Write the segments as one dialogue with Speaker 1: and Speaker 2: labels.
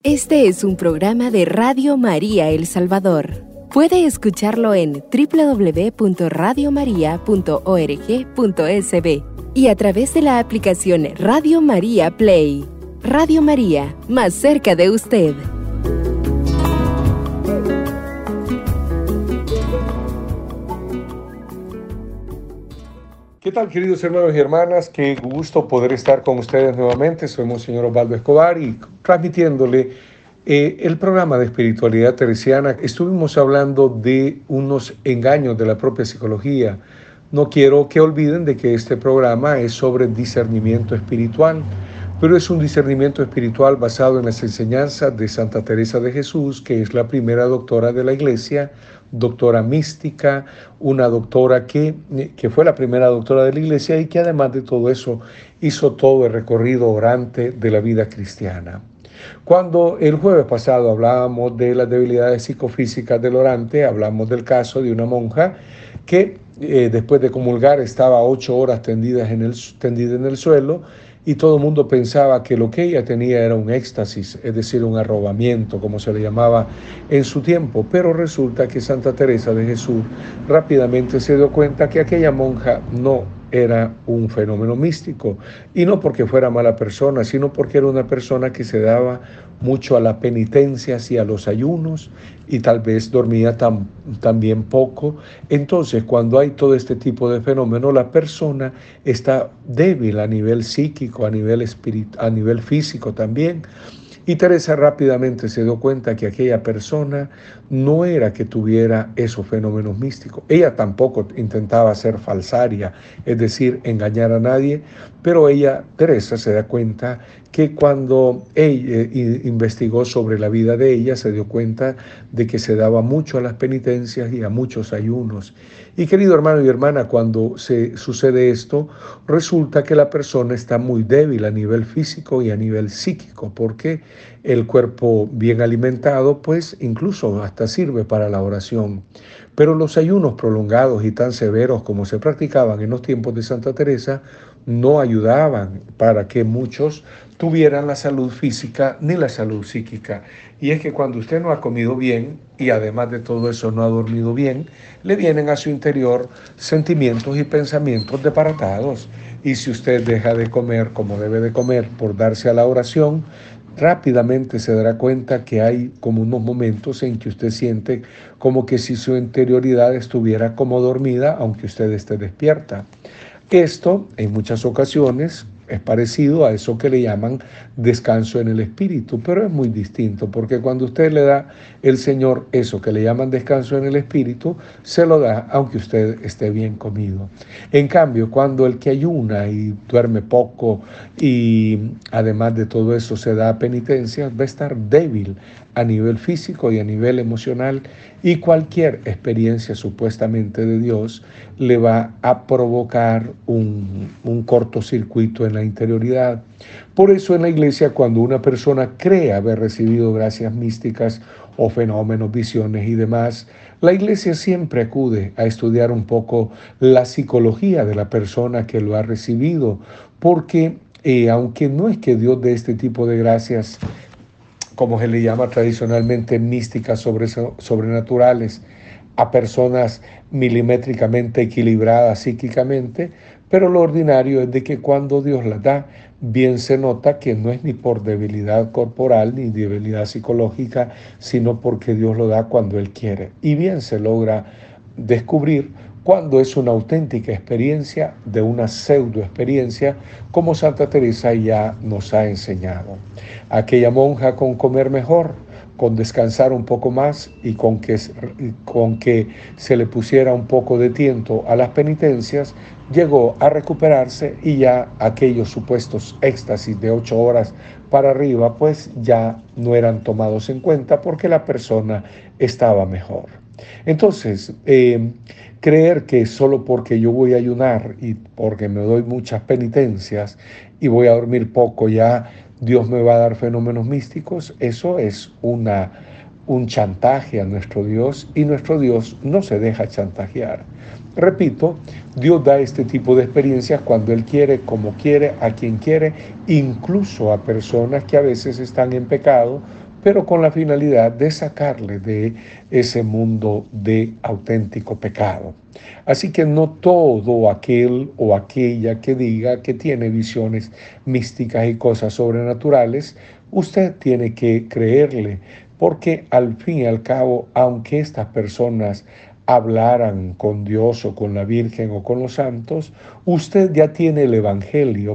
Speaker 1: Este es un programa de Radio María El Salvador. Puede escucharlo en www.radiomaria.org.sb y a través de la aplicación Radio María Play. Radio María, más cerca de usted.
Speaker 2: ¿Qué tal, queridos hermanos y hermanas? Qué gusto poder estar con ustedes nuevamente. Soy Monseñor Osvaldo Escobar y transmitiéndole el programa de espiritualidad teresiana. Estuvimos hablando de unos engaños de la propia psicología. No quiero que olviden de que este programa es sobre discernimiento espiritual, pero es un discernimiento espiritual basado en las enseñanzas de Santa Teresa de Jesús, que es la primera doctora de la Iglesia, doctora mística, una doctora que fue la primera doctora de la Iglesia y que además de todo eso hizo todo el recorrido orante de la vida cristiana. Cuando el jueves pasado hablábamos de las debilidades psicofísicas del orante, hablamos del caso de una monja que después de comulgar estaba 8 horas tendida en el suelo, y todo el mundo pensaba que lo que ella tenía era un éxtasis, es decir, un arrobamiento, como se le llamaba en su tiempo. Pero resulta que Santa Teresa de Jesús rápidamente se dio cuenta que aquella monja no era un fenómeno místico, y no porque fuera mala persona, sino porque era una persona que se daba mucho a las penitencias y a los ayunos, y tal vez dormía también poco. Entonces, cuando hay todo este tipo de fenómeno, la persona está débil a nivel psíquico, a nivel físico también. Y Teresa rápidamente se dio cuenta que aquella persona no era que tuviera esos fenómenos místicos. Ella tampoco intentaba ser falsaria, es decir, engañar a nadie, pero Teresa, se da cuenta que cuando ella investigó sobre la vida de ella, se dio cuenta de que se daba mucho a las penitencias y a muchos ayunos. Y querido hermano y hermana, cuando se sucede esto, resulta que la persona está muy débil a nivel físico y a nivel psíquico, porque el cuerpo bien alimentado, pues incluso hasta sirve para la oración. Pero los ayunos prolongados y tan severos como se practicaban en los tiempos de Santa Teresa no ayudaban para que muchos tuvieran la salud física ni la salud psíquica. Y es que cuando usted no ha comido bien y además de todo eso no ha dormido bien, le vienen a su interior sentimientos y pensamientos disparatados. Y si usted deja de comer como debe de comer por darse a la oración, rápidamente se dará cuenta que hay como unos momentos en que usted siente como que si su interioridad estuviera como dormida, aunque usted esté despierta. Esto, en muchas ocasiones, es parecido a eso que le llaman descanso en el espíritu, pero es muy distinto, porque cuando usted le da el Señor eso que le llaman descanso en el espíritu, se lo da aunque usted esté bien comido. En cambio, cuando el que ayuna y duerme poco y además de todo eso se da penitencia, va a estar débil a nivel físico y a nivel emocional, y cualquier experiencia supuestamente de Dios le va a provocar un cortocircuito en la interioridad. Por eso en la Iglesia, cuando una persona cree haber recibido gracias místicas o fenómenos, visiones y demás, la Iglesia siempre acude a estudiar un poco la psicología de la persona que lo ha recibido, porque aunque no es que Dios dé este tipo de gracias, como se le llama tradicionalmente, místicas sobrenaturales, a personas milimétricamente equilibradas psíquicamente, pero lo ordinario es de que cuando Dios las da, bien se nota que no es ni por debilidad corporal ni debilidad psicológica, sino porque Dios lo da cuando Él quiere. Y bien se logra descubrir cuando es una auténtica experiencia de una pseudo experiencia, como Santa Teresa ya nos ha enseñado. Aquella monja, con comer mejor, con descansar un poco más y con que se le pusiera un poco de tiento a las penitencias, llegó a recuperarse, y ya aquellos supuestos éxtasis de 8 horas para arriba pues ya no eran tomados en cuenta porque la persona estaba mejor. Entonces, creer que solo porque yo voy a ayunar y porque me doy muchas penitencias y voy a dormir poco, ya Dios me va a dar fenómenos místicos, eso es un chantaje a nuestro Dios, y nuestro Dios no se deja chantajear. Repito, Dios da este tipo de experiencias cuando Él quiere, como quiere, a quien quiere, incluso a personas que a veces están en pecado, pero con la finalidad de sacarle de ese mundo de auténtico pecado. Así que no todo aquel o aquella que diga que tiene visiones místicas y cosas sobrenaturales, usted tiene que creerle, porque al fin y al cabo, aunque estas personas hablaran con Dios o con la Virgen o con los santos, usted ya tiene el Evangelio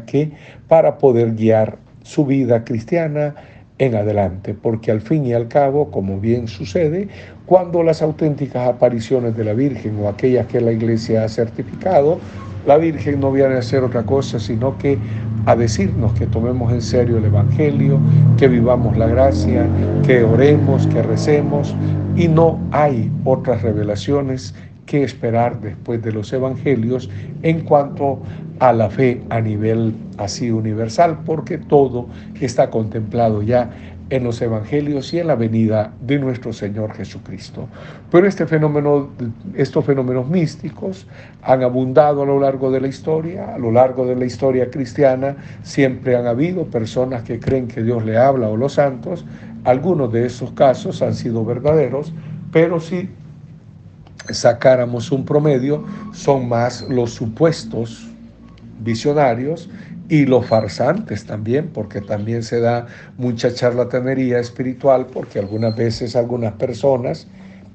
Speaker 2: para poder guiar su vida cristiana en adelante, porque al fin y al cabo, como bien sucede, cuando las auténticas apariciones de la Virgen o aquellas que la Iglesia ha certificado, la Virgen no viene a hacer otra cosa sino que a decirnos que tomemos en serio el Evangelio, que vivamos la gracia, que oremos, que recemos, y no hay otras revelaciones que esperar después de los Evangelios en cuanto a la fe a nivel así universal, porque todo está contemplado ya en los Evangelios y en la venida de nuestro Señor Jesucristo. Pero estos fenómenos místicos han abundado a lo largo de la historia. A lo largo de la historia cristiana siempre han habido personas que creen que Dios le habla o los santos. Algunos de esos casos han sido verdaderos, pero si sacáramos un promedio, son más los supuestos visionarios y los farsantes también, porque también se da mucha charlatanería espiritual, porque algunas veces algunas personas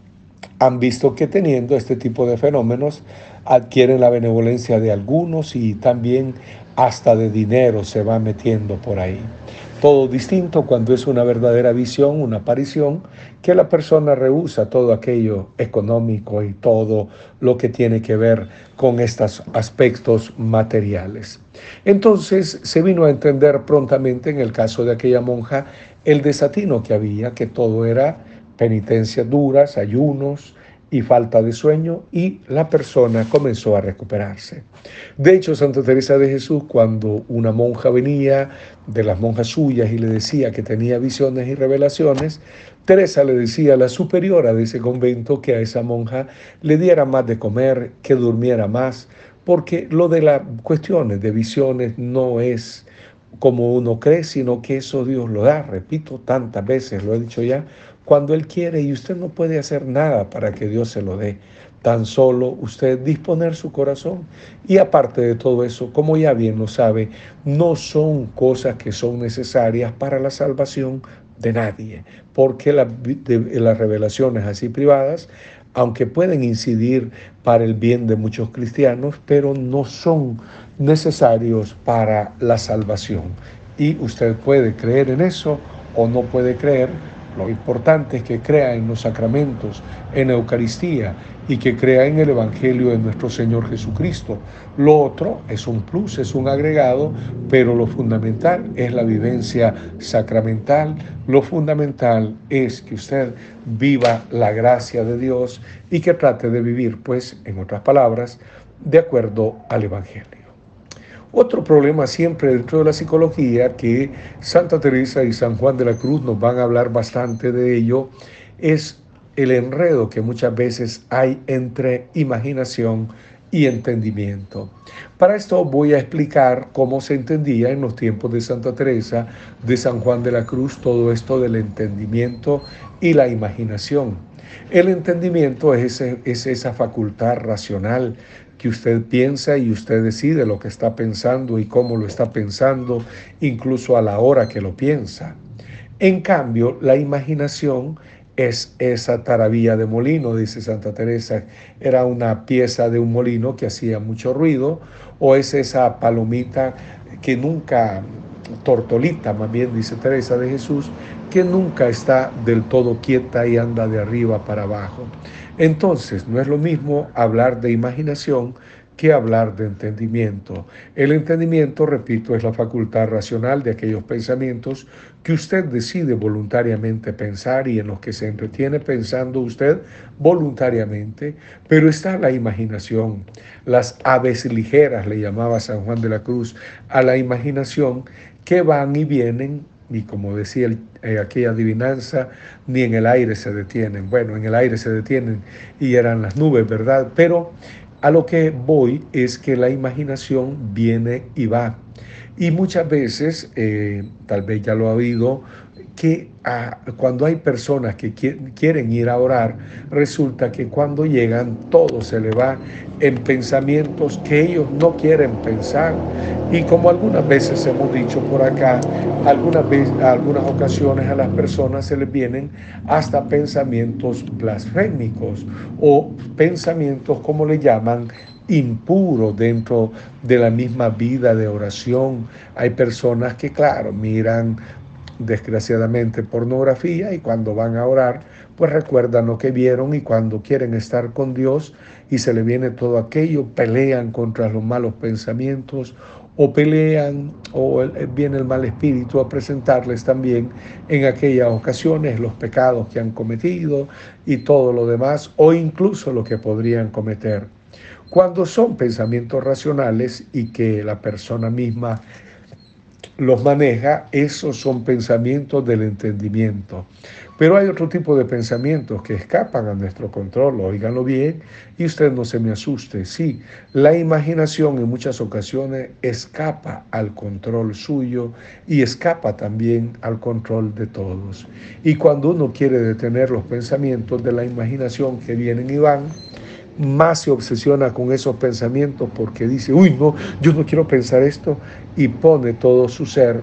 Speaker 2: han visto que teniendo este tipo de fenómenos adquieren la benevolencia de algunos y también hasta de dinero se va metiendo por ahí. Todo distinto cuando es una verdadera visión, una aparición, que la persona rehúsa todo aquello económico y todo lo que tiene que ver con estos aspectos materiales. Entonces se vino a entender prontamente en el caso de aquella monja el desatino que había, que todo era penitencias duras, ayunos y falta de sueño, y la persona comenzó a recuperarse. De hecho, Santa Teresa de Jesús, cuando una monja venía de las monjas suyas y le decía que tenía visiones y revelaciones, Teresa le decía a la superiora de ese convento que a esa monja le diera más de comer, que durmiera más, porque lo de las cuestiones de visiones no es como uno cree, sino que eso Dios lo da. Repito, tantas veces lo he dicho ya, cuando Él quiere, y usted no puede hacer nada para que Dios se lo dé. Tan solo usted disponer su corazón. Y aparte de todo eso, como ya bien lo sabe, no son cosas que son necesarias para la salvación de nadie, porque las revelaciones así privadas, aunque pueden incidir para el bien de muchos cristianos, pero no son necesarios para la salvación. Y usted puede creer en eso o no puede creer. Lo importante es que crea en los sacramentos, en la Eucaristía, y que crea en el Evangelio de nuestro Señor Jesucristo. Lo otro es un plus, es un agregado, pero lo fundamental es la vivencia sacramental. Lo fundamental es que usted viva la gracia de Dios y que trate de vivir, pues, en otras palabras, de acuerdo al Evangelio. Otro problema siempre dentro de la psicología, que Santa Teresa y San Juan de la Cruz nos van a hablar bastante de ello, es el enredo que muchas veces hay entre imaginación y entendimiento. Para esto voy a explicar cómo se entendía en los tiempos de Santa Teresa, de San Juan de la Cruz, todo esto del entendimiento y la imaginación. El entendimiento es esa facultad racional que usted piensa y usted decide lo que está pensando y cómo lo está pensando, incluso a la hora que lo piensa. En cambio, la imaginación es esa taravilla de molino, dice Santa Teresa, era una pieza de un molino que hacía mucho ruido, o es esa palomita que nunca, tortolita más bien, dice Teresa de Jesús, que nunca está del todo quieta y anda de arriba para abajo. Entonces, no es lo mismo hablar de imaginación que hablar de entendimiento. El entendimiento, repito, es la facultad racional de aquellos pensamientos que usted decide voluntariamente pensar y en los que se entretiene pensando usted voluntariamente, pero está la imaginación. Las aves ligeras, le llamaba San Juan de la Cruz a la imaginación, que van y vienen, y como decía aquella adivinanza, ni en el aire se detienen. Bueno, en el aire se detienen y eran las nubes, ¿verdad? Pero a lo que voy es que la imaginación viene y va. Y muchas veces, tal vez ya lo ha oído, que cuando hay personas que quieren ir a orar, resulta que cuando llegan todo se le va en pensamientos que ellos no quieren pensar. Y como algunas veces hemos dicho por acá, algunas ocasiones a las personas se les vienen hasta pensamientos blasfémicos o pensamientos, como le llaman, impuros dentro de la misma vida de oración. Hay personas que, claro, miran desgraciadamente pornografía y cuando van a orar pues recuerdan lo que vieron, y cuando quieren estar con Dios y se le viene todo aquello, pelean contra los malos pensamientos o pelean o viene el mal espíritu a presentarles también en aquellas ocasiones los pecados que han cometido y todo lo demás, o incluso lo que podrían cometer. Cuando son pensamientos racionales y que la persona misma los maneja, esos son pensamientos del entendimiento. Pero hay otro tipo de pensamientos que escapan a nuestro control, óiganlo bien, y usted no se me asuste. Sí, la imaginación en muchas ocasiones escapa al control suyo y escapa también al control de todos. Y cuando uno quiere detener los pensamientos de la imaginación que vienen y van, más se obsesiona con esos pensamientos porque dice, uy, no, yo no quiero pensar esto, y pone todo su ser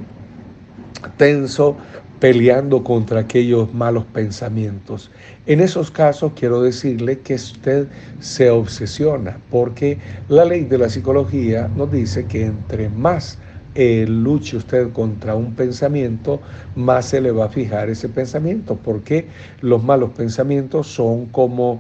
Speaker 2: tenso, peleando contra aquellos malos pensamientos. En esos casos quiero decirle que usted se obsesiona, porque la ley de la psicología nos dice que entre más luche usted contra un pensamiento, más se le va a fijar ese pensamiento, porque los malos pensamientos son como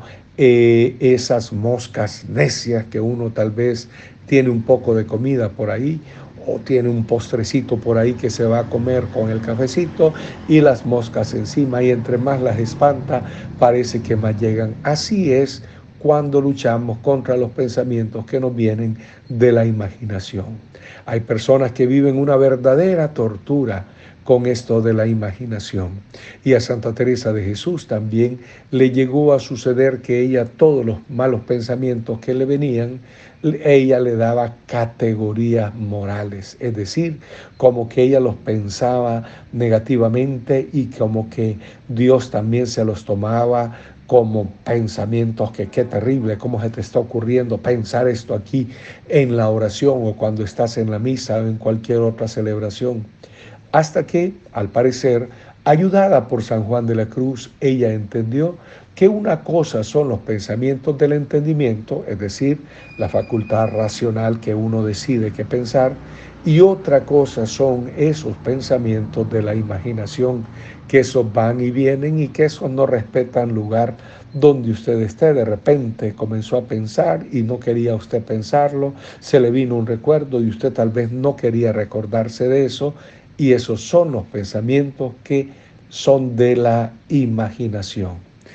Speaker 2: esas moscas necias que uno tal vez tiene un poco de comida por ahí o tiene un postrecito por ahí que se va a comer con el cafecito y las moscas encima, y entre más las espanta parece que más llegan. Así es cuando luchamos contra los pensamientos que nos vienen de la imaginación. Hay personas que viven una verdadera tortura con esto de la imaginación. Y a Santa Teresa de Jesús también le llegó a suceder que ella, todos los malos pensamientos que le venían, ella le daba categorías morales, es decir, como que ella los pensaba negativamente y como que Dios también se los tomaba como pensamientos que qué terrible, cómo se te está ocurriendo pensar esto aquí en la oración o cuando estás en la misa o en cualquier otra celebración. Hasta que, al parecer, ayudada por San Juan de la Cruz, ella entendió que una cosa son los pensamientos del entendimiento, es decir, la facultad racional que uno decide qué pensar, y otra cosa son esos pensamientos de la imaginación, que esos van y vienen y que esos no respetan lugar donde usted esté. De repente comenzó a pensar y no quería usted pensarlo, se le vino un recuerdo y usted tal vez no quería recordarse de eso, y esos son los pensamientos que son de la imaginación.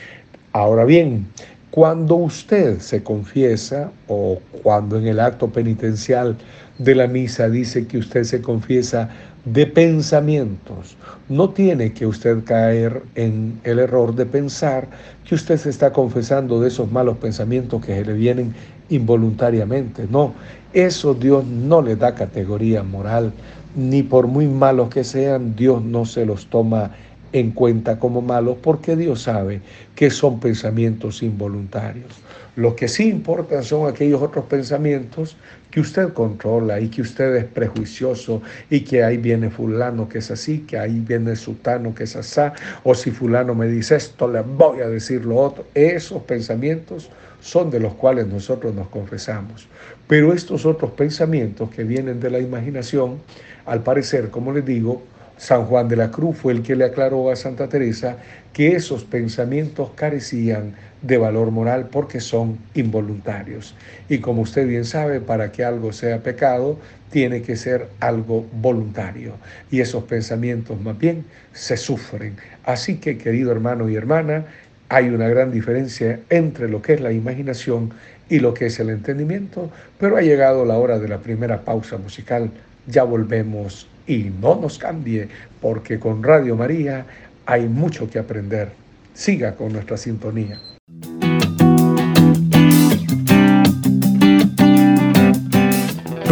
Speaker 2: Ahora bien, cuando usted se confiesa o cuando en el acto penitencial de la misa dice que usted se confiesa de pensamientos, no tiene que usted caer en el error de pensar que usted se está confesando de esos malos pensamientos que se le vienen involuntariamente. No, eso Dios no le da categoría moral, ni por muy malos que sean, Dios no se los toma en cuenta como malos, porque Dios sabe que son pensamientos involuntarios. Lo que sí importa son aquellos otros pensamientos que usted controla y que usted es prejuicioso y que ahí viene fulano que es así, que ahí viene sutano que es asá, o si fulano me dice esto, le voy a decir lo otro. Esos pensamientos son de los cuales nosotros nos confesamos. Pero estos otros pensamientos que vienen de la imaginación, al parecer, como les digo, San Juan de la Cruz fue el que le aclaró a Santa Teresa que esos pensamientos carecían de valor moral porque son involuntarios. Y como usted bien sabe, para que algo sea pecado, tiene que ser algo voluntario. Y esos pensamientos más bien se sufren. Así que, querido hermano y hermana, hay una gran diferencia entre lo que es la imaginación y lo que es el entendimiento, pero ha llegado la hora de la primera pausa musical. Ya volvemos y no nos cambie, porque con Radio María hay mucho que aprender. Siga con nuestra sintonía.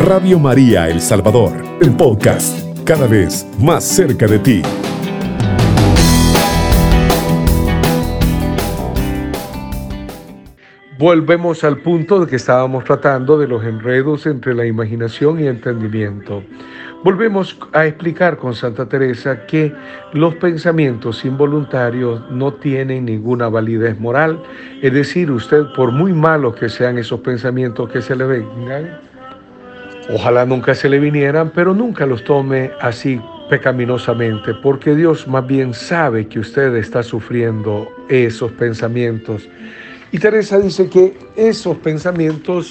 Speaker 3: Radio María El Salvador, el podcast, cada vez más cerca de ti.
Speaker 2: Volvemos al punto de que estábamos tratando de los enredos entre la imaginación y entendimiento. Volvemos a explicar con Santa Teresa que los pensamientos involuntarios no tienen ninguna validez moral. Es decir, usted, por muy malos que sean esos pensamientos que se le vengan, ojalá nunca se le vinieran, pero nunca los tome así pecaminosamente, porque Dios más bien sabe que usted está sufriendo esos pensamientos. Y Teresa dice que esos pensamientos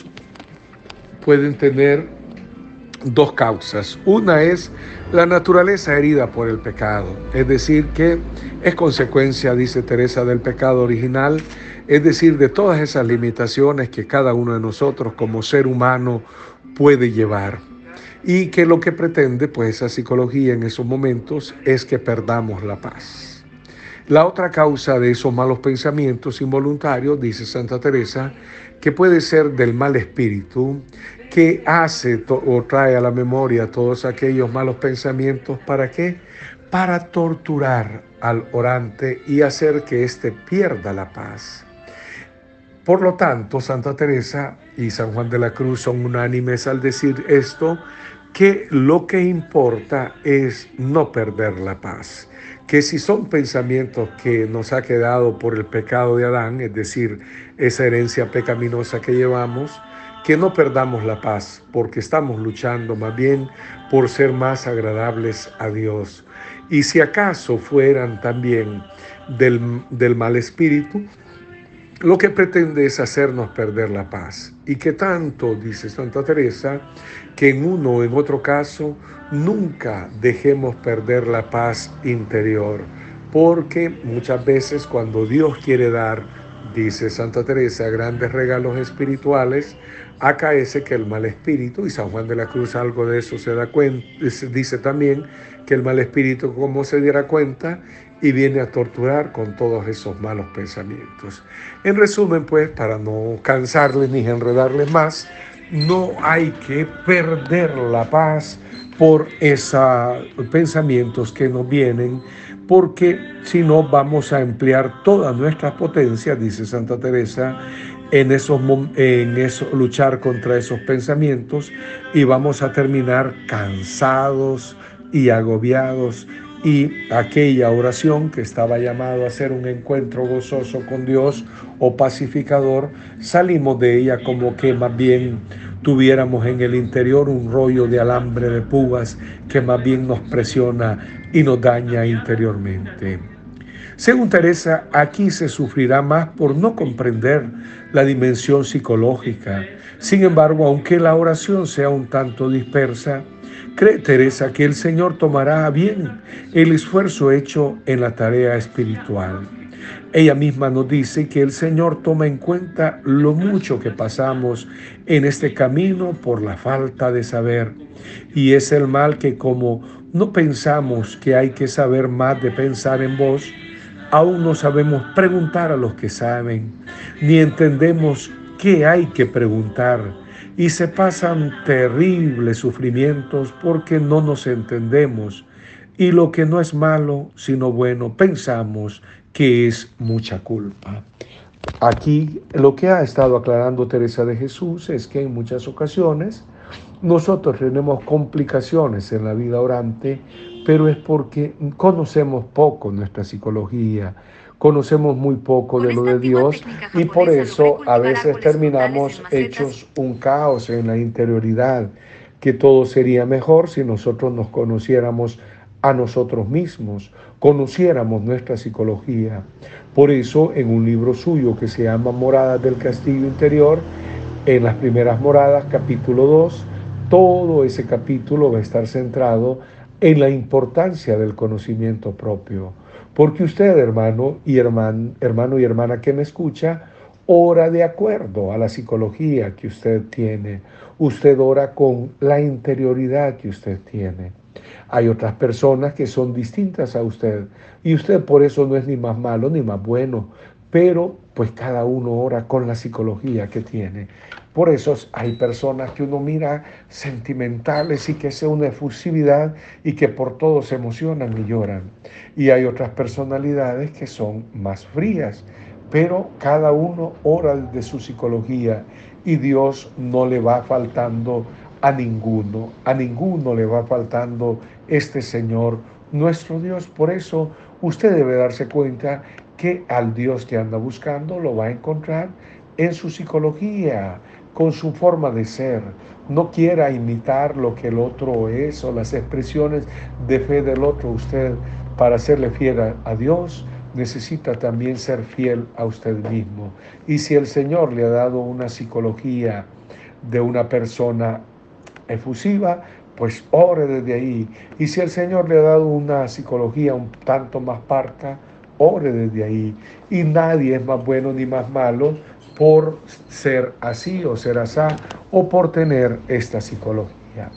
Speaker 2: pueden tener dos causas. Una es la naturaleza herida por el pecado, es decir, que es consecuencia, dice Teresa, del pecado original, es decir, de todas esas limitaciones que cada uno de nosotros como ser humano puede llevar. Y que lo que pretende, pues, esa psicología en esos momentos es que perdamos la paz. La otra causa de esos malos pensamientos involuntarios, dice Santa Teresa, que puede ser del mal espíritu, que hace o trae a la memoria todos aquellos malos pensamientos. ¿Para qué? Para torturar al orante y hacer que éste pierda la paz. Por lo tanto, Santa Teresa y San Juan de la Cruz son unánimes al decir esto, que lo que importa es no perder la paz. Que si son pensamientos que nos ha quedado por el pecado de Adán, es decir, esa herencia pecaminosa que llevamos, que no perdamos la paz, porque estamos luchando más bien por ser más agradables a Dios. Y si acaso fueran también del mal espíritu, lo que pretende es hacernos perder la paz. Y que tanto, dice Santa Teresa, que en uno o en otro caso nunca dejemos perder la paz interior, porque muchas veces cuando Dios quiere dar, dice Santa Teresa, grandes regalos espirituales, acaece que el mal espíritu, y San Juan de la Cruz algo de eso se da cuenta, dice también que el mal espíritu, como se diera cuenta, y viene a torturar con todos esos malos pensamientos. En resumen, pues, para no cansarles ni enredarles más, no hay que perder la paz por esos pensamientos que nos vienen, porque si no vamos a emplear todas nuestras potencias, dice Santa Teresa, en eso, luchar contra esos pensamientos, y vamos a terminar cansados y agobiados. Y aquella oración que estaba llamado a ser un encuentro gozoso con Dios o pacificador, salimos de ella como que más bien tuviéramos en el interior un rollo de alambre de púas que más bien nos presiona y nos daña interiormente. Según Teresa, aquí se sufrirá más por no comprender la dimensión psicológica. Sin embargo, aunque la oración sea un tanto dispersa, cree Teresa que el Señor tomará a bien el esfuerzo hecho en la tarea espiritual. Ella misma nos dice que el Señor toma en cuenta lo mucho que pasamos en este camino por la falta de saber. Y es el mal que, como no pensamos que hay que saber más de pensar en vos, aún no sabemos preguntar a los que saben, ni entendemos qué hay que preguntar, y se pasan terribles sufrimientos porque no nos entendemos, y lo que no es malo, sino bueno, pensamos que es mucha culpa. Aquí lo que ha estado aclarando Teresa de Jesús es que en muchas ocasiones nosotros tenemos complicaciones en la vida orante, pero es porque conocemos poco nuestra psicología, conocemos muy poco de lo de Dios, y por eso a veces terminamos hechos un caos en la interioridad, que todo sería mejor si nosotros nos conociéramos a nosotros mismos, conociéramos nuestra psicología. Por eso, en un libro suyo que se llama Moradas del Castillo Interior, en las primeras moradas, capítulo 2, todo ese capítulo va a estar centrado en la importancia del conocimiento propio. Porque usted, hermano y hermana que me escucha, ora de acuerdo a la psicología que usted tiene. Usted ora con la interioridad que usted tiene. Hay otras personas que son distintas a usted, y usted por eso no es ni más malo ni más bueno, pero pues cada uno ora con la psicología que tiene. Por eso hay personas que uno mira sentimentales y que es una efusividad y que por todo se emocionan y lloran. Y hay otras personalidades que son más frías, pero cada uno ora de su psicología y Dios no le va faltando a ninguno le va faltando este Señor, nuestro Dios. Por eso usted debe darse cuenta que al Dios que anda buscando lo va a encontrar en su psicología, con su forma de ser. No quiera imitar lo que el otro es o las expresiones de fe del otro. Usted, para serle fiel a Dios, necesita también ser fiel a usted mismo. Y si el Señor le ha dado una psicología de una persona efusiva, pues ore desde ahí. Y si el Señor le ha dado una psicología un tanto más parca, ore desde ahí. Y nadie es más bueno ni más malo por ser así o ser asá o por tener esta psicología.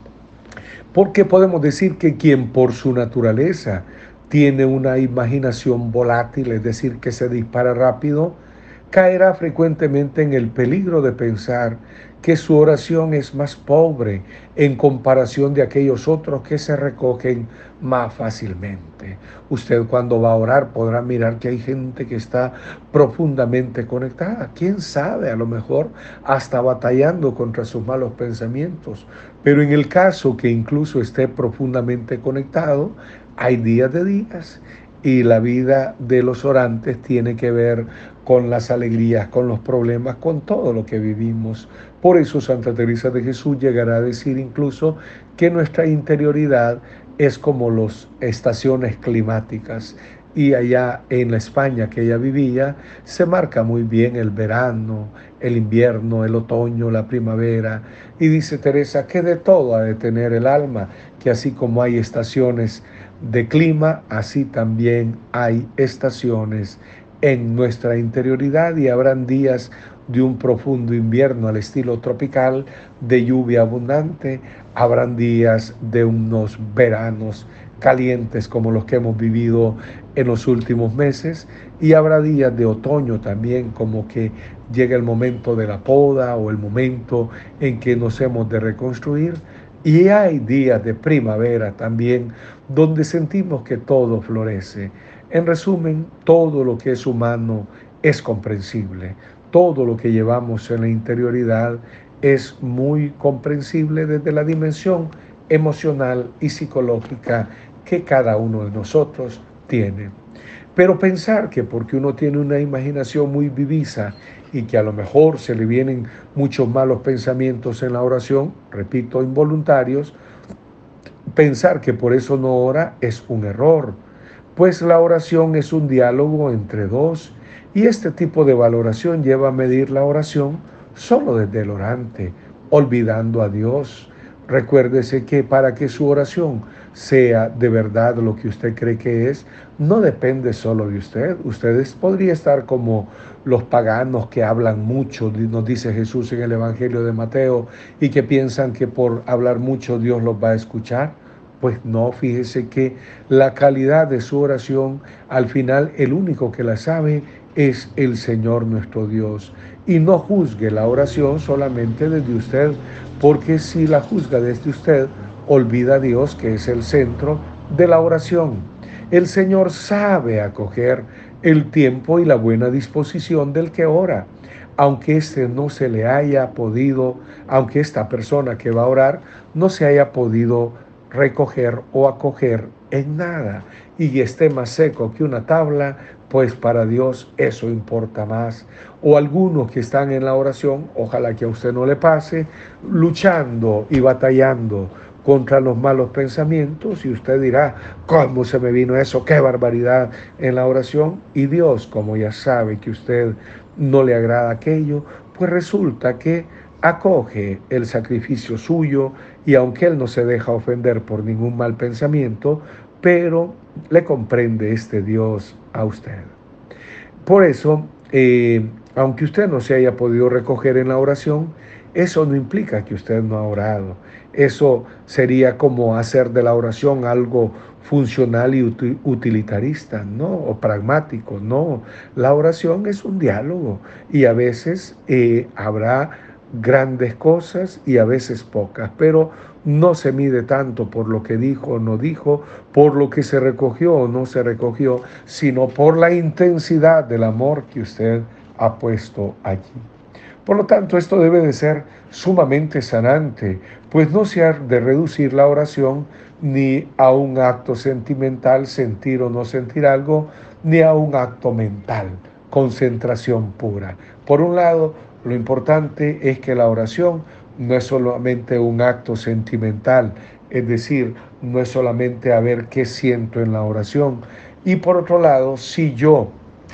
Speaker 2: Porque podemos decir que quien por su naturaleza tiene una imaginación volátil, es decir, que se dispara rápido, caerá frecuentemente en el peligro de pensar que su oración es más pobre en comparación de aquellos otros que se recogen más fácilmente. Usted cuando va a orar podrá mirar que hay gente que está profundamente conectada. ¿Quién sabe? A lo mejor hasta batallando contra sus malos pensamientos. Pero en el caso que incluso esté profundamente conectado, hay días de días. Y la vida de los orantes tiene que ver con las alegrías, con los problemas, con todo lo que vivimos. Por eso Santa Teresa de Jesús llegará a decir incluso que nuestra interioridad es como las estaciones climáticas. Y allá en la España que ella vivía, se marca muy bien el verano, el invierno, el otoño, la primavera. Y dice Teresa que de todo ha de tener el alma, que así como hay estaciones de clima, así también hay estaciones en nuestra interioridad y habrán días de un profundo invierno al estilo tropical, de lluvia abundante, habrán días de unos veranos calientes como los que hemos vivido en los últimos meses y habrá días de otoño también, como que llega el momento de la poda o el momento en que nos hemos de reconstruir. Y hay días de primavera también, donde sentimos que todo florece. En resumen, todo lo que es humano es comprensible. Todo lo que llevamos en la interioridad es muy comprensible desde la dimensión emocional y psicológica que cada uno de nosotros tiene. Pero pensar que porque uno tiene una imaginación muy vivisa y que a lo mejor se le vienen muchos malos pensamientos en la oración, repito, involuntarios, pensar que por eso no ora es un error, pues la oración es un diálogo entre dos y este tipo de valoración lleva a medir la oración solo desde el orante, olvidando a Dios. Recuérdese que para que su oración sea de verdad lo que usted cree que es, no depende solo de usted. Ustedes podría estar como los paganos que hablan mucho, nos dice Jesús en el Evangelio de Mateo, y que piensan que por hablar mucho Dios los va a escuchar. Pues no, fíjese que la calidad de su oración, al final el único que la sabe es el Señor nuestro Dios. Y no juzgue la oración solamente desde usted, porque si la juzga desde usted, olvida a Dios que es el centro de la oración. El Señor sabe acoger el tiempo y la buena disposición del que ora. Aunque no se le haya podido, aunque esta persona que va a orar no se haya podido recoger o acoger en nada y esté más seco que una tabla, pues para Dios eso importa más. O algunos que están en la oración, ojalá que a usted no le pase, luchando y batallando contra los malos pensamientos y usted dirá, ¿cómo se me vino eso? ¡Qué barbaridad en la oración! Y Dios, como ya sabe que usted no le agrada aquello, pues resulta que acoge el sacrificio suyo y aunque Él no se deja ofender por ningún mal pensamiento, pero le comprende este Dios a usted. Por eso, aunque usted no se haya podido recoger en la oración, Eso no implica que usted no ha orado. Eso sería como hacer de la oración algo funcional y utilitarista, ¿no? O pragmático, no. La oración es un diálogo y a veces habrá grandes cosas y a veces pocas, pero no se mide tanto por lo que dijo o no dijo, por lo que se recogió o no se recogió, sino por la intensidad del amor que usted ha puesto allí. Por lo tanto, esto debe de ser sumamente sanante, pues no se ha de reducir la oración ni a un acto sentimental, sentir o no sentir algo, ni a un acto mental, concentración pura. Por un lado, lo importante es que la oración no es solamente un acto sentimental, es decir, no es solamente a ver qué siento en la oración. Y por otro lado, si yo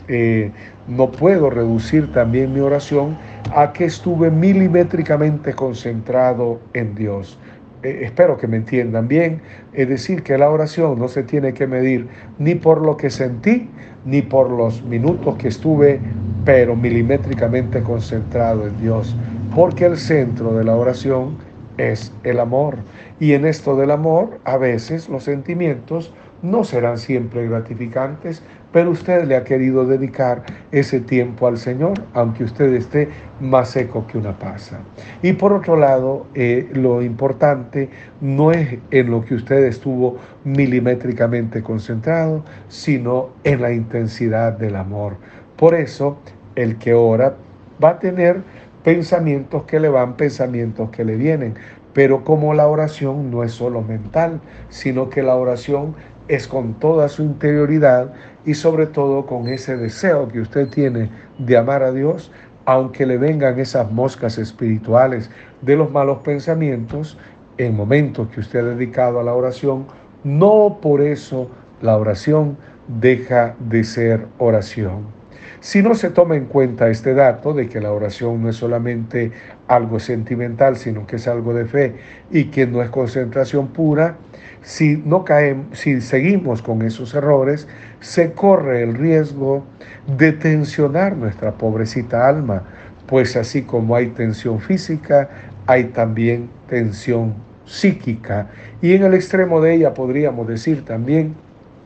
Speaker 2: no puedo reducir también mi oración a que estuve milimétricamente concentrado en Dios. Espero que me entiendan bien, es decir, que la oración no se tiene que medir ni por lo que sentí, ni por los minutos que estuve, pero milimétricamente concentrado en Dios, porque el centro de la oración es el amor. Y en esto del amor, a veces los sentimientos no serán siempre gratificantes, pero usted le ha querido dedicar ese tiempo al Señor, aunque usted esté más seco que una pasa. Y por otro lado, lo importante no es en lo que usted estuvo milimétricamente concentrado, sino en la intensidad del amor. Por eso, el que ora va a tener pensamientos que le van, pensamientos que le vienen. Pero como la oración no es solo mental, sino que la oración es con toda su interioridad y sobre todo con ese deseo que usted tiene de amar a Dios, aunque le vengan esas moscas espirituales de los malos pensamientos, en momentos que usted ha dedicado a la oración, no por eso la oración deja de ser oración. Si no se toma en cuenta este dato de que la oración no es solamente algo sentimental, sino que es algo de fe y que no es concentración pura, si seguimos con esos errores, se corre el riesgo de tensionar nuestra pobrecita alma, pues así como hay tensión física, hay también tensión psíquica, y en el extremo de ella podríamos decir también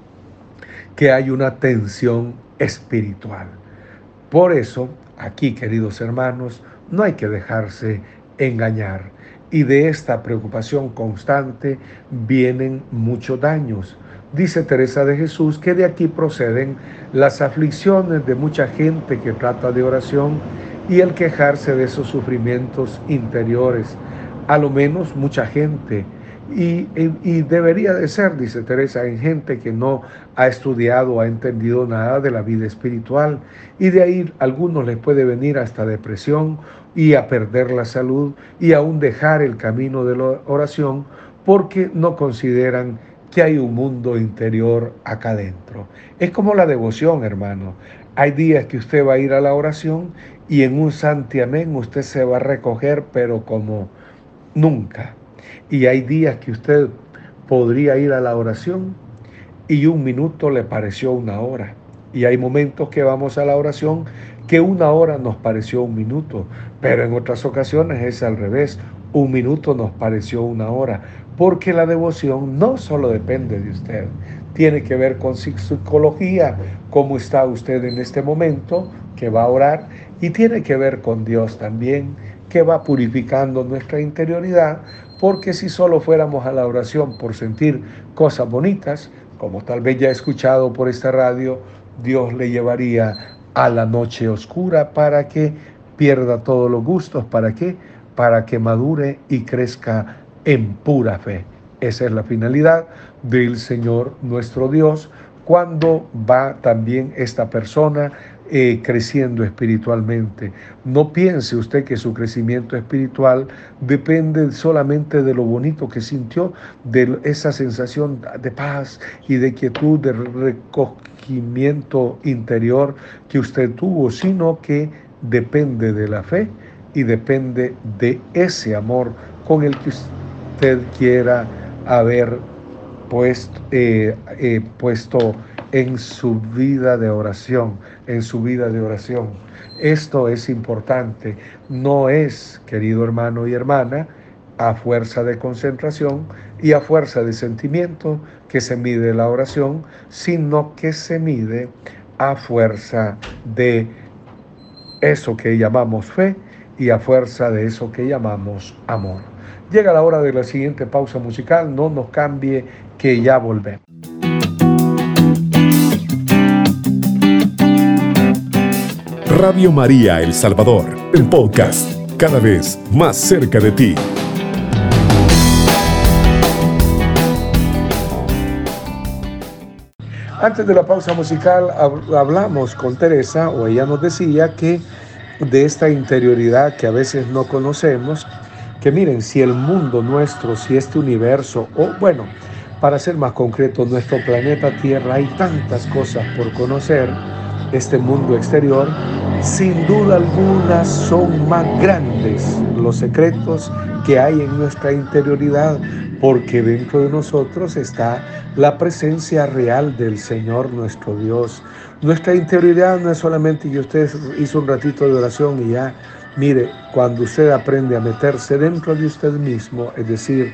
Speaker 2: que hay una tensión espiritual. Por eso, aquí, queridos hermanos, no hay que dejarse engañar. Y de esta preocupación constante vienen muchos daños. Dice Teresa de Jesús que de aquí proceden las aflicciones de mucha gente que trata de oración y el quejarse de esos sufrimientos interiores. A lo menos mucha gente. Y debería de ser, dice Teresa, en gente que no ha estudiado o ha entendido nada de la vida espiritual. Y de ahí a algunos les puede venir hasta depresión y a perder la salud y aún dejar el camino de la oración porque no consideran que hay un mundo interior acá adentro. Es como la devoción, hermano. Hay días que usted va a ir a la oración y en un santiamén usted se va a recoger, pero como nunca. Y hay días que usted podría ir a la oración y un minuto le pareció una hora. Y hay momentos que vamos a la oración que una hora nos pareció un minuto, pero en otras ocasiones es al revés. Un minuto nos pareció una hora, porque la devoción no solo depende de usted, tiene que ver con su psicología, cómo está usted en este momento que va a orar, y tiene que ver con Dios también, que va purificando nuestra interioridad, porque si solo fuéramos a la oración por sentir cosas bonitas, como tal vez ya he escuchado por esta radio, Dios le llevaría a la noche oscura para que pierda todos los gustos. ¿Para qué? Para que madure y crezca en pura fe. Esa es la finalidad del Señor nuestro Dios cuando va también esta persona creciendo espiritualmente. No piense usted que su crecimiento espiritual depende solamente de lo bonito que sintió, de esa sensación de paz y de quietud, de recogimiento interior que usted tuvo, sino que depende de la fe y depende de ese amor con el que usted quiera haber puesto en su vida de oración, en su vida de oración. Esto es importante. No es, querido hermano y hermana, a fuerza de concentración y a fuerza de sentimiento que se mide la oración, sino que se mide a fuerza de eso que llamamos fe y a fuerza de eso que llamamos amor. Llega la hora de la siguiente pausa musical, no nos cambie, que ya volvemos.
Speaker 3: Radio María El Salvador, el podcast, cada vez más cerca de ti.
Speaker 2: Antes de la pausa musical hablamos con Teresa, o ella nos decía que de esta interioridad que a veces no conocemos, que miren, si el mundo nuestro, si este universo, o bueno, para ser más concreto, nuestro planeta Tierra, hay tantas cosas por conocer, este mundo exterior, sin duda alguna son más grandes los secretos que hay en nuestra interioridad, porque dentro de nosotros está la presencia real del Señor nuestro Dios. Nuestra interioridad no es solamente que usted hizo un ratito de oración y ya. Mire, cuando usted aprende a meterse dentro de usted mismo, es decir,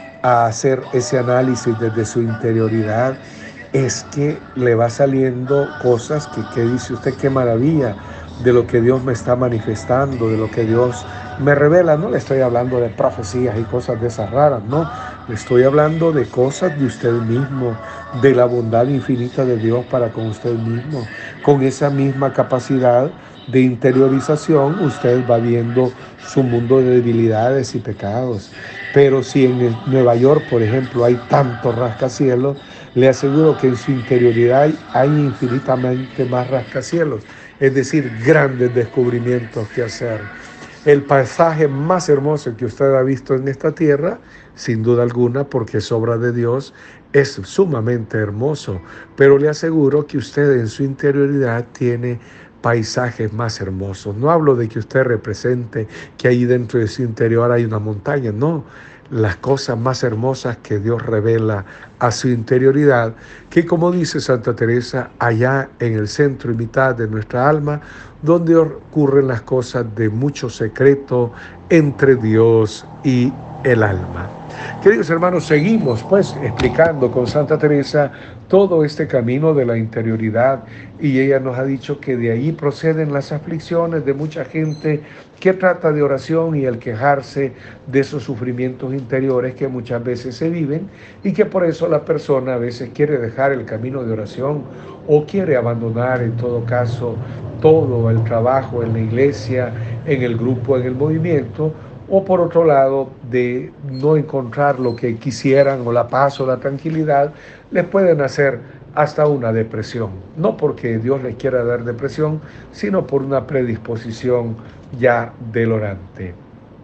Speaker 2: a hacer ese análisis desde su interioridad, es que le va saliendo cosas que dice usted, qué maravilla, de lo que Dios me está manifestando, de lo que Dios me revela. No le estoy hablando de profecías y cosas de esas raras, no. Le estoy hablando de cosas de usted mismo, de la bondad infinita de Dios para con usted mismo. Con esa misma capacidad de interiorización, usted va viendo su mundo de debilidades y pecados. Pero si en Nueva York, por ejemplo, hay tantos rascacielos, le aseguro que en su interioridad hay infinitamente más rascacielos. Es decir, grandes descubrimientos que hacer. El paisaje más hermoso que usted ha visto en esta tierra, sin duda alguna, porque es obra de Dios, es sumamente hermoso. Pero le aseguro que usted en su interioridad tiene paisajes más hermosos. No hablo de que usted represente que ahí dentro de su interior hay una montaña, no. Las cosas más hermosas que Dios revela a su interioridad, que como dice Santa Teresa, allá en el centro y mitad de nuestra alma, donde ocurren las cosas de mucho secreto entre Dios y el alma. Queridos hermanos, seguimos pues explicando con Santa Teresa todo este camino de la interioridad, y ella nos ha dicho que de ahí proceden las aflicciones de mucha gente que trata de oración y el quejarse de esos sufrimientos interiores que muchas veces se viven, y que por eso la persona a veces quiere dejar el camino de oración o quiere abandonar en todo caso todo el trabajo en la iglesia, en el grupo, en el movimiento, o por otro lado, de no encontrar lo que quisieran o la paz o la tranquilidad, les pueden hacer hasta una depresión. No porque Dios les quiera dar depresión, sino por una predisposición ya del orante.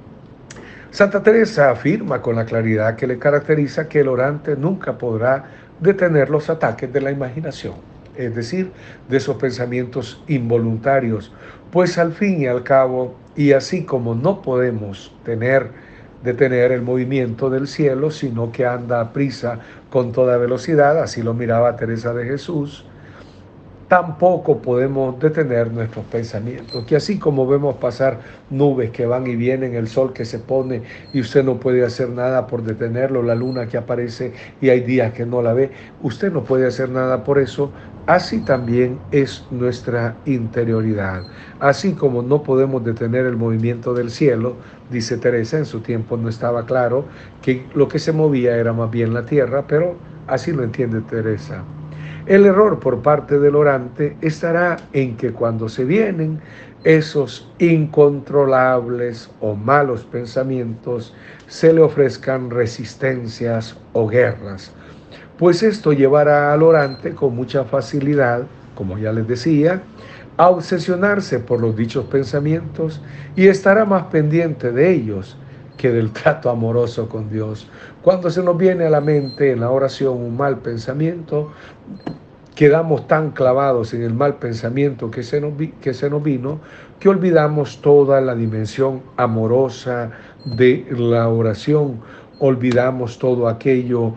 Speaker 2: Santa Teresa afirma con la claridad que le caracteriza que el orante nunca podrá detener los ataques de la imaginación, es decir, de esos pensamientos involuntarios, pues al fin y al cabo, y así como no podemos detener el movimiento del cielo, sino que anda a prisa con toda velocidad, así lo miraba Teresa de Jesús, tampoco podemos detener nuestros pensamientos, que así como vemos pasar nubes que van y vienen, el sol que se pone y usted no puede hacer nada por detenerlo, la luna que aparece y hay días que no la ve, usted no puede hacer nada por eso. Así también es nuestra interioridad. Así como no podemos detener el movimiento del cielo, dice Teresa, en su tiempo no estaba claro que lo que se movía era más bien la tierra, pero así lo entiende Teresa. El error por parte del orante estará en que cuando se vienen esos incontrolables o malos pensamientos, se le ofrezcan resistencias o guerras, pues esto llevará al orante con mucha facilidad, como ya les decía, a obsesionarse por los dichos pensamientos y estará más pendiente de ellos que del trato amoroso con Dios. Cuando se nos viene a la mente en la oración un mal pensamiento, quedamos tan clavados en el mal pensamiento que se nos vino, que olvidamos toda la dimensión amorosa de la oración, olvidamos todo aquello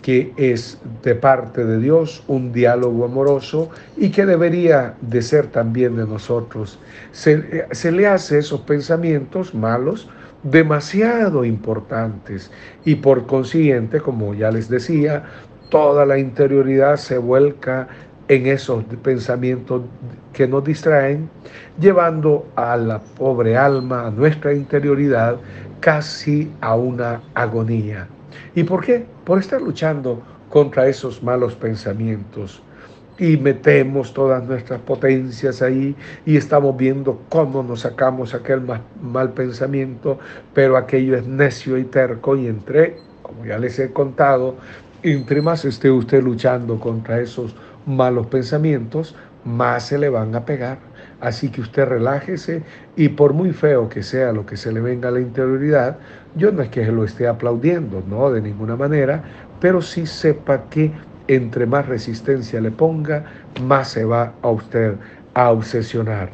Speaker 2: que es de parte de Dios un diálogo amoroso y que debería de ser también de nosotros. Se le hace esos pensamientos malos demasiado importantes y por consiguiente, como ya les decía, toda la interioridad se vuelca en esos pensamientos que nos distraen, llevando a la pobre alma, a nuestra interioridad, casi a una agonía. ¿Y por qué? Por estar luchando contra esos malos pensamientos. Y metemos todas nuestras potencias ahí y estamos viendo cómo nos sacamos aquel mal pensamiento, pero aquello es necio y terco y como ya les he contado, entre más esté usted luchando contra esos malos pensamientos, más se le van a pegar. Así que usted relájese y por muy feo que sea lo que se le venga a la interioridad, yo no es que se lo esté aplaudiendo, no, de ninguna manera, pero sí sepa que entre más resistencia le ponga, más se va a usted a obsesionar.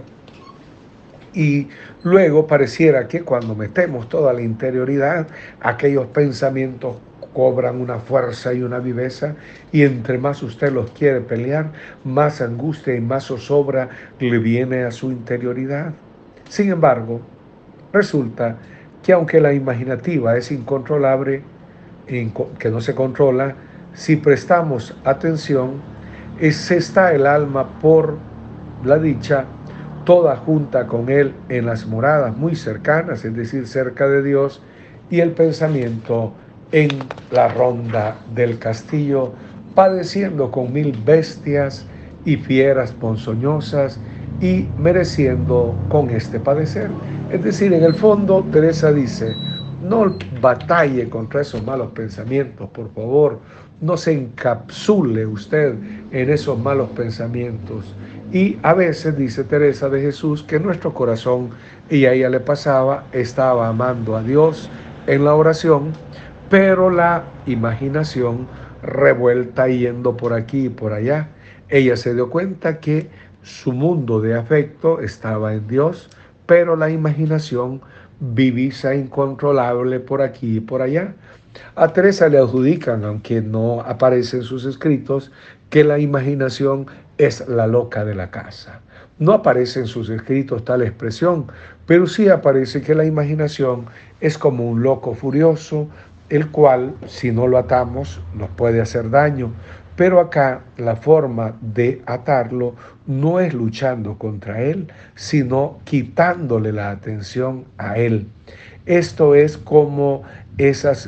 Speaker 2: Y luego pareciera que cuando metemos toda la interioridad, aquellos pensamientos cobran una fuerza y una viveza, y entre más usted los quiere pelear, más angustia y más zozobra le viene a su interioridad. Sin embargo, resulta que aunque la imaginativa es incontrolable, que no se controla, si prestamos atención, está el alma por la dicha, toda junta con él en las moradas muy cercanas, es decir, cerca de Dios, y el pensamiento en la ronda del castillo, padeciendo con 1000 bestias y fieras ponzoñosas y mereciendo con este padecer. Es decir, en el fondo, Teresa dice, no batalle contra esos malos pensamientos, por favor, no se encapsule usted en esos malos pensamientos. Y a veces, dice Teresa de Jesús, que nuestro corazón, y a ella le pasaba, estaba amando a Dios en la oración, pero la imaginación revuelta yendo por aquí y por allá. Ella se dio cuenta que su mundo de afecto estaba en Dios, pero la imaginación vivisa incontrolable por aquí y por allá. A Teresa le adjudican, aunque no aparece en sus escritos, que la imaginación es la loca de la casa. No aparece en sus escritos tal expresión, pero sí aparece que la imaginación es como un loco furioso, el cual, si no lo atamos, nos puede hacer daño. Pero acá la forma de atarlo no es luchando contra él, sino quitándole la atención a él. Esto es como esas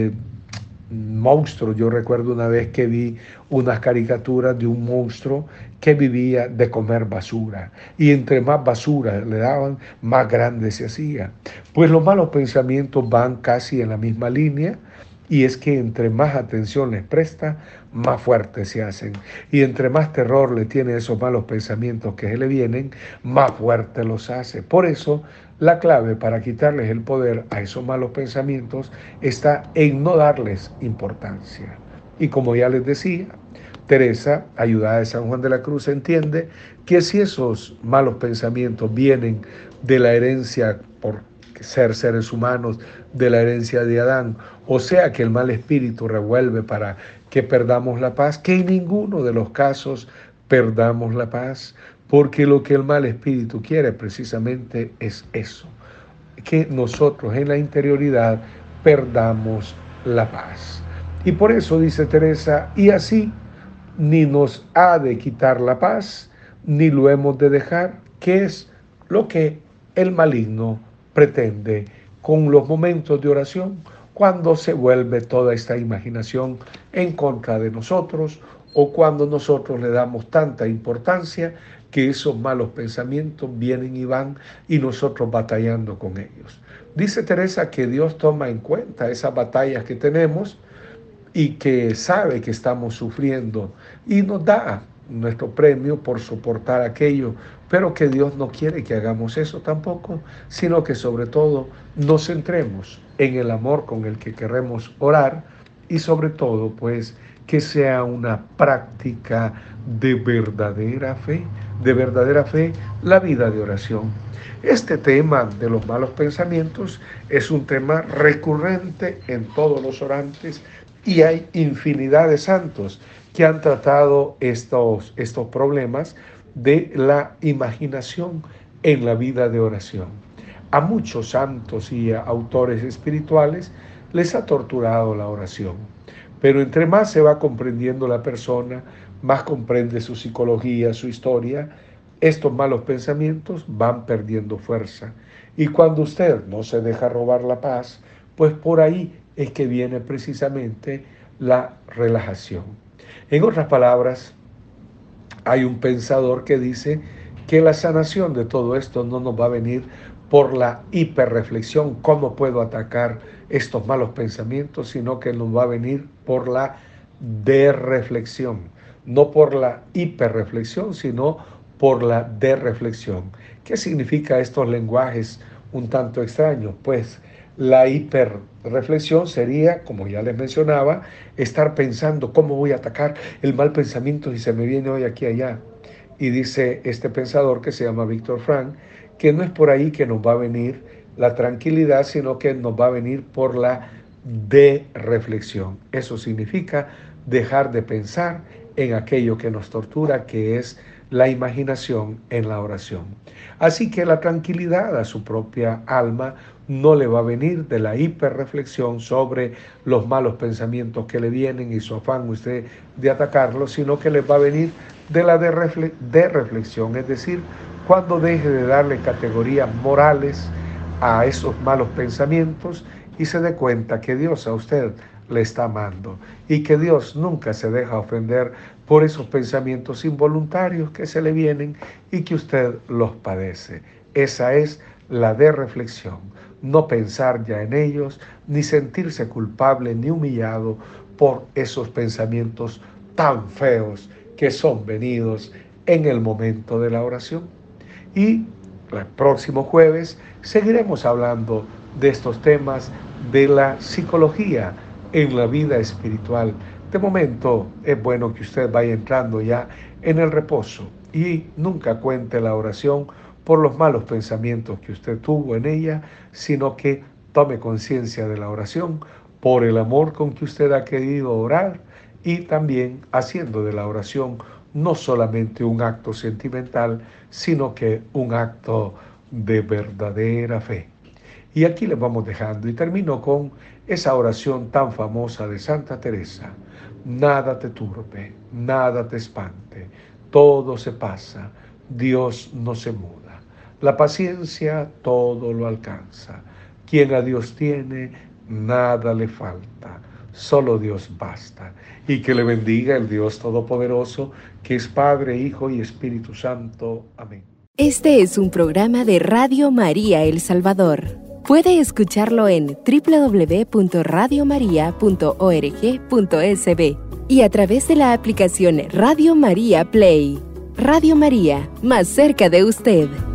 Speaker 2: monstruos. Yo recuerdo una vez que vi unas caricaturas de un monstruo que vivía de comer basura, y entre más basura le daban, más grande se hacía. Pues los malos pensamientos van casi en la misma línea, y es que entre más atención les presta, más fuertes se hacen. Y entre más terror le tiene esos malos pensamientos que se le vienen, más fuertes los hace. Por eso, la clave para quitarles el poder a esos malos pensamientos está en no darles importancia. Y como ya les decía, Teresa, ayudada de San Juan de la Cruz, entiende que si esos malos pensamientos vienen de la herencia por ser seres humanos, de la herencia de Adán, o sea que el mal espíritu revuelve para que perdamos la paz, que en ninguno de los casos perdamos la paz, porque lo que el mal espíritu quiere precisamente es eso, que nosotros en la interioridad perdamos la paz. Y por eso dice Teresa, y así ni nos ha de quitar la paz, ni lo hemos de dejar, que es lo que el maligno pretende con los momentos de oración, cuando se vuelve toda esta imaginación en contra de nosotros, o cuando nosotros le damos tanta importancia que esos malos pensamientos vienen y van y nosotros batallando con ellos. Dice Teresa que Dios toma en cuenta esas batallas que tenemos y que sabe que estamos sufriendo y nos da nuestro premio por soportar aquello, pero que Dios no quiere que hagamos eso tampoco, sino que sobre todo nos centremos en el amor con el que queremos orar, y sobre todo pues que sea una práctica de verdadera fe la vida de oración. Este tema de los malos pensamientos es un tema recurrente en todos los orantes, Y hay infinidad de santos que han tratado estos problemas de la imaginación en la vida de oración. A muchos santos y a autores espirituales les ha torturado la oración, pero entre más se va comprendiendo la persona, más comprende su psicología, su historia, estos malos pensamientos van perdiendo fuerza. Y cuando usted no se deja robar la paz, pues por ahí es que viene precisamente la relajación. En otras palabras, hay un pensador que dice que la sanación de todo esto no nos va a venir por la hiperreflexión, cómo puedo atacar estos malos pensamientos, sino que nos va a venir por la derreflexión, no por la hiperreflexión, sino por la derreflexión. ¿Qué significa estos lenguajes un tanto extraños? Pues la hiperreflexión sería, como ya les mencionaba, estar pensando cómo voy a atacar el mal pensamiento si se me viene hoy aquí allá. Y dice este pensador que se llama Víctor Frank, que no es por ahí que nos va a venir la tranquilidad, sino que nos va a venir por la derreflexión. Eso significa dejar de pensar en aquello que nos tortura, que es la imaginación en la oración. Así que la tranquilidad a su propia alma no le va a venir de la hiperreflexión sobre los malos pensamientos que le vienen y su afán usted de atacarlos, sino que les va a venir de la derreflexión, es decir, cuando deje de darle categorías morales a esos malos pensamientos y se dé cuenta que Dios a usted le está amando y que Dios nunca se deja ofender por esos pensamientos involuntarios que se le vienen y que usted los padece. Esa es la derreflexión, no pensar ya en ellos, ni sentirse culpable ni humillado por esos pensamientos tan feos que son venidos en el momento de la oración. Y el próximo jueves seguiremos hablando de estos temas de la psicología en la vida espiritual. De momento es bueno que usted vaya entrando ya en el reposo y nunca cuente la oración por los malos pensamientos que usted tuvo en ella, sino que tome conciencia de la oración por el amor con que usted ha querido orar y también haciendo de la oración no solamente un acto sentimental, sino que un acto de verdadera fe. Y aquí les vamos dejando y termino con esa oración tan famosa de Santa Teresa. Nada te turbe, nada te espante, todo se pasa, Dios no se muda. La paciencia todo lo alcanza. Quien a Dios tiene, nada le falta. Solo Dios basta. Y que le bendiga el Dios Todopoderoso, que es Padre, Hijo y Espíritu Santo. Amén.
Speaker 1: Este es un programa de Radio María El Salvador. Puede escucharlo en www.radiomaria.org.sb y a través de la aplicación Radio María Play. Radio María, más cerca de usted.